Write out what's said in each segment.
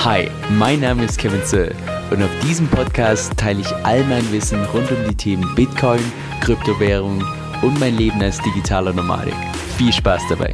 Hi, mein Name ist Kevin Zöll und auf diesem Podcast teile ich all mein Wissen rund um die Themen Bitcoin, Kryptowährung und mein Leben als digitaler Nomade. Viel Spaß dabei!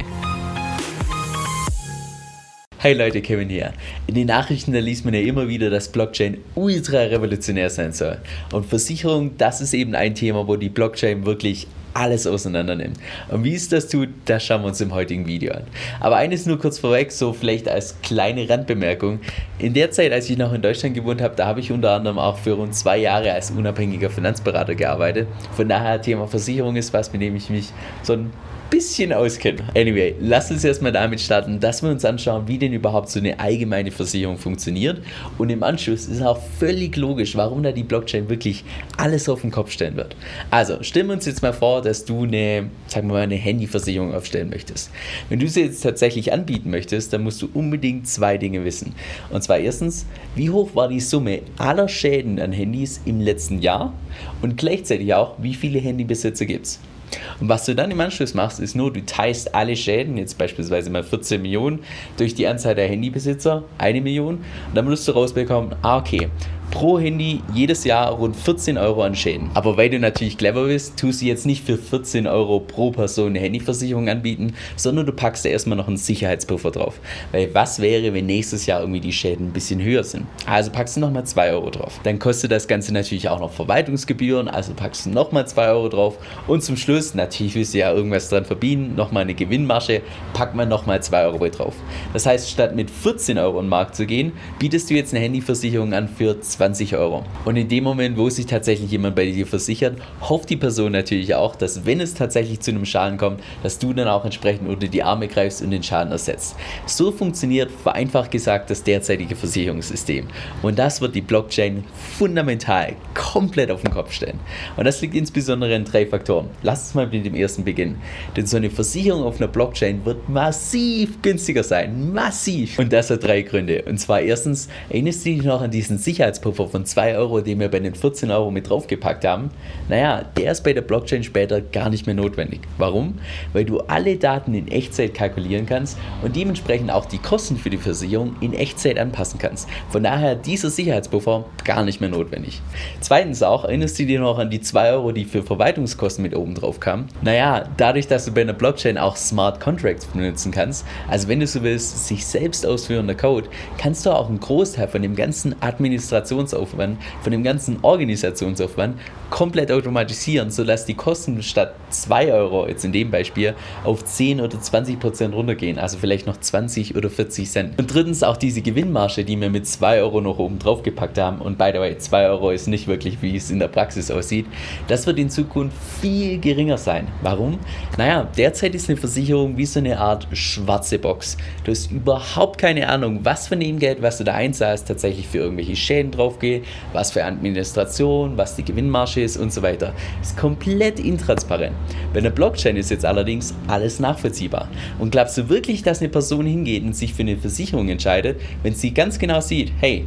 Hi Leute, Kevin hier. In den Nachrichten da liest man ja immer wieder, dass Blockchain ultra revolutionär sein soll. Und Versicherung, das ist eben ein Thema, wo die Blockchain wirklich alles auseinander nimmt. Und wie es das tut, das schauen wir uns im heutigen Video an. Aber eines nur kurz vorweg, so vielleicht als kleine Randbemerkung. In der Zeit, als ich noch in Deutschland gewohnt habe, da habe ich unter anderem auch für rund 2 Jahre als unabhängiger Finanzberater gearbeitet. Von daher Thema Versicherung ist was, mit dem ich mich so ein bisschen auskennen. Anyway, lass uns erstmal damit starten, dass wir uns anschauen, wie denn überhaupt so eine allgemeine Versicherung funktioniert. Und im Anschluss ist auch völlig logisch, warum da die Blockchain wirklich alles auf den Kopf stellen wird. Also, stellen wir uns jetzt mal vor, dass du eine Handyversicherung aufstellen möchtest. Wenn du sie jetzt tatsächlich anbieten möchtest, dann musst du unbedingt 2 Dinge wissen. Und zwar erstens, wie hoch war die Summe aller Schäden an Handys im letzten Jahr? Und gleichzeitig auch, wie viele Handybesitzer gibt es? Und was du dann im Anschluss machst, ist nur, du teilst alle Schäden, jetzt beispielsweise mal 14 Millionen, durch die Anzahl der Handybesitzer, 1 Million, und dann wirst du rausbekommen, okay, pro Handy jedes Jahr rund 14 Euro an Schäden. Aber weil du natürlich clever bist, tust du jetzt nicht für 14 Euro pro Person eine Handyversicherung anbieten, sondern du packst da erstmal noch einen Sicherheitspuffer drauf. Weil was wäre, wenn nächstes Jahr irgendwie die Schäden ein bisschen höher sind? Also packst du nochmal 2 Euro drauf. Dann kostet das Ganze natürlich auch noch Verwaltungsgebühren, also packst du nochmal 2 Euro drauf. Und zum Schluss, natürlich willst du ja irgendwas dran verdienen, nochmal eine Gewinnmarge, packt man nochmal 2 Euro drauf. Das heißt, statt mit 14 Euro in den Markt zu gehen, bietest du jetzt eine Handyversicherung an für 20 Euro. Und in dem Moment, wo sich tatsächlich jemand bei dir versichert, hofft die Person natürlich auch, dass wenn es tatsächlich zu einem Schaden kommt, dass du dann auch entsprechend unter die Arme greifst und den Schaden ersetzt. So funktioniert, vereinfacht gesagt, das derzeitige Versicherungssystem. Und das wird die Blockchain fundamental komplett auf den Kopf stellen. Und das liegt insbesondere in 3 Faktoren. Lass uns mal mit dem ersten beginnen. Denn so eine Versicherung auf einer Blockchain wird massiv günstiger sein. Massiv! Und das hat 3 Gründe. Und zwar erstens, erinnerst du dich noch an diesen Sicherheitspuffer von 2 Euro, den wir bei den 14 Euro mit draufgepackt haben? Naja, der ist bei der Blockchain später gar nicht mehr notwendig. Warum? Weil du alle Daten in Echtzeit kalkulieren kannst und dementsprechend auch die Kosten für die Versicherung in Echtzeit anpassen kannst. Von daher dieser Sicherheitspuffer gar nicht mehr notwendig. Zweitens auch, erinnerst du dich noch an die 2 Euro, die für Verwaltungskosten mit oben drauf kamen? Naja, dadurch, dass du bei einer Blockchain auch Smart Contracts benutzen kannst, also wenn du so willst, sich selbst ausführender Code, kannst du auch einen Großteil von dem ganzen Administrationsaufwand, von dem ganzen Organisationsaufwand komplett automatisieren, sodass die Kosten statt 2 Euro, jetzt in dem Beispiel, auf 10 oder 20% runtergehen, also vielleicht noch 20 oder 40 Cent. Und drittens auch diese Gewinnmarge, die wir mit 2 Euro noch oben drauf gepackt haben, und by the way, 2 Euro ist nicht wirklich, wie es in der Praxis aussieht, das wird in Zukunft viel geringer sein. Warum? Naja, derzeit ist eine Versicherung wie so eine Art schwarze Box. Du hast überhaupt keine Ahnung, was von dem Geld, was du da einzahlst, tatsächlich für irgendwelche Schäden drauf geht, was für Administration, was die Gewinnmarge ist und so weiter. Ist komplett intransparent. Bei einer Blockchain ist jetzt allerdings alles nachvollziehbar. Und glaubst du wirklich, dass eine Person hingeht und sich für eine Versicherung entscheidet, wenn sie ganz genau sieht, hey,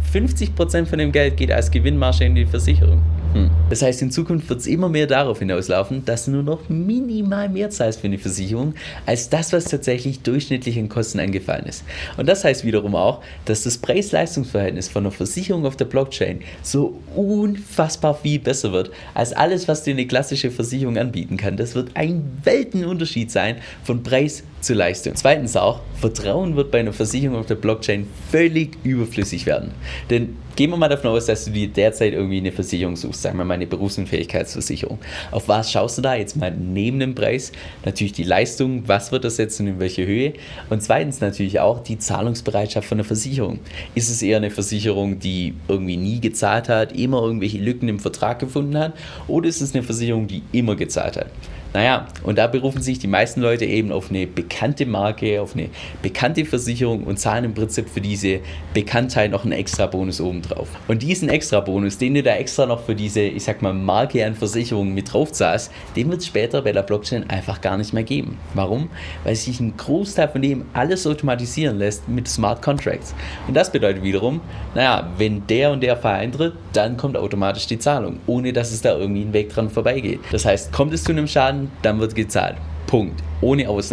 50% von dem Geld geht als Gewinnmarge in die Versicherung? Das heißt, in Zukunft wird es immer mehr darauf hinauslaufen, dass du nur noch minimal mehr zahlst für eine Versicherung, als das, was tatsächlich durchschnittlich in Kosten angefallen ist. Und das heißt wiederum auch, dass das Preis-Leistungs-Verhältnis von einer Versicherung auf der Blockchain so unfassbar viel besser wird, als alles, was dir eine klassische Versicherung anbieten kann. Das wird ein Weltenunterschied sein von Preis zu Leistung. Zweitens auch, Vertrauen wird bei einer Versicherung auf der Blockchain völlig überflüssig werden. Denn gehen wir mal davon aus, dass du dir derzeit irgendwie eine Versicherung suchst, sagen wir mal eine Berufsunfähigkeitsversicherung. Auf was schaust du da jetzt mal neben dem Preis? Natürlich die Leistung, was wird das jetzt und in welche Höhe? Und zweitens natürlich auch die Zahlungsbereitschaft von der Versicherung. Ist es eher eine Versicherung, die irgendwie nie gezahlt hat, immer irgendwelche Lücken im Vertrag gefunden hat? Oder ist es eine Versicherung, die immer gezahlt hat? Naja, und da berufen sich die meisten Leute eben auf eine bekannte Marke, auf eine bekannte Versicherung und zahlen im Prinzip für diese Bekanntheit noch einen extra Bonus obendrauf. Und diesen extra Bonus, den du da extra noch für diese, ich sag mal, Marke an Versicherungen mit drauf zahlst, den wird es später bei der Blockchain einfach gar nicht mehr geben. Warum? Weil sich ein Großteil von dem alles automatisieren lässt mit Smart Contracts. Und das bedeutet wiederum, naja, wenn der und der Fall eintritt, dann kommt automatisch die Zahlung, ohne dass es da irgendwie ein Weg dran vorbeigeht. Das heißt, kommt es zu einem Schaden, dann wird gezahlt. Punkt. Ohne Ausnahme.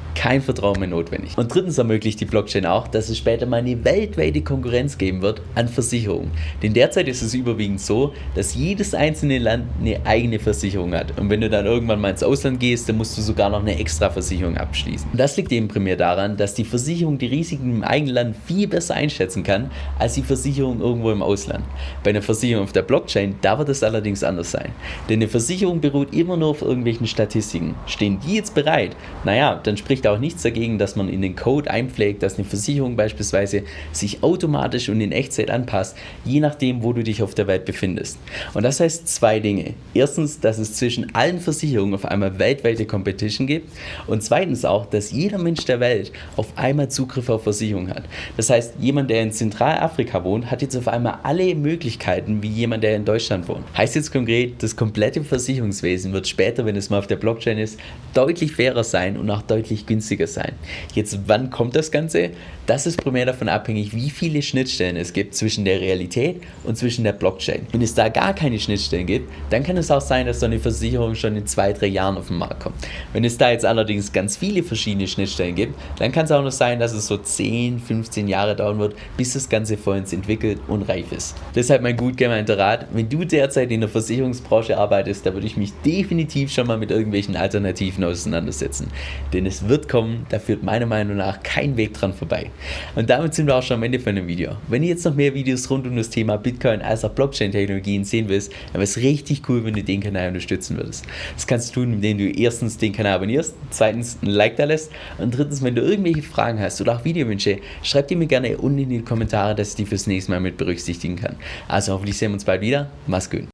kein Vertrauen mehr notwendig. Und drittens ermöglicht die Blockchain auch, dass es später mal eine weltweite Konkurrenz geben wird an Versicherungen. Denn derzeit ist es überwiegend so, dass jedes einzelne Land eine eigene Versicherung hat. Und wenn du dann irgendwann mal ins Ausland gehst, dann musst du sogar noch eine extra Versicherung abschließen. Und das liegt eben primär daran, dass die Versicherung die Risiken im eigenen Land viel besser einschätzen kann, als die Versicherung irgendwo im Ausland. Bei einer Versicherung auf der Blockchain, da wird es allerdings anders sein. Denn eine Versicherung beruht immer nur auf irgendwelchen Statistiken. Stehen die jetzt bereit? Naja, dann spricht auch nichts dagegen, dass man in den Code einpflegt, dass eine Versicherung beispielsweise sich automatisch und in Echtzeit anpasst, je nachdem, wo du dich auf der Welt befindest. Und das heißt zwei Dinge. Erstens, dass es zwischen allen Versicherungen auf einmal weltweite Competition gibt und zweitens auch, dass jeder Mensch der Welt auf einmal Zugriff auf Versicherungen hat. Das heißt, jemand, der in Zentralafrika wohnt, hat jetzt auf einmal alle Möglichkeiten wie jemand, der in Deutschland wohnt. Heißt jetzt konkret, das komplette Versicherungswesen wird später, wenn es mal auf der Blockchain ist, deutlich fairer sein und auch deutlich günstiger sein. Jetzt, wann kommt das Ganze? Das ist primär davon abhängig, wie viele Schnittstellen es gibt zwischen der Realität und zwischen der Blockchain. Wenn es da gar keine Schnittstellen gibt, dann kann es auch sein, dass so eine Versicherung schon in 2-3 Jahren auf den Markt kommt. Wenn es da jetzt allerdings ganz viele verschiedene Schnittstellen gibt, dann kann es auch noch sein, dass es so 10, 15 Jahre dauern wird, bis das Ganze vollends entwickelt und reif ist. Deshalb mein gut gemeinter Rat, wenn du derzeit in der Versicherungsbranche arbeitest, da würde ich mich definitiv schon mal mit irgendwelchen Alternativen auseinandersetzen. Denn es wird kommen, da führt meiner Meinung nach kein Weg dran vorbei. Und damit sind wir auch schon am Ende von dem Video. Wenn du jetzt noch mehr Videos rund um das Thema Bitcoin als auch Blockchain-Technologien sehen willst, dann wäre es richtig cool, wenn du den Kanal unterstützen würdest. Das kannst du tun, indem du erstens den Kanal abonnierst, zweitens ein Like da lässt und drittens, wenn du irgendwelche Fragen hast oder auch Videowünsche, schreib die mir gerne unten in die Kommentare, dass ich die fürs nächste Mal mit berücksichtigen kann. Also hoffentlich sehen wir uns bald wieder. Mach's gut.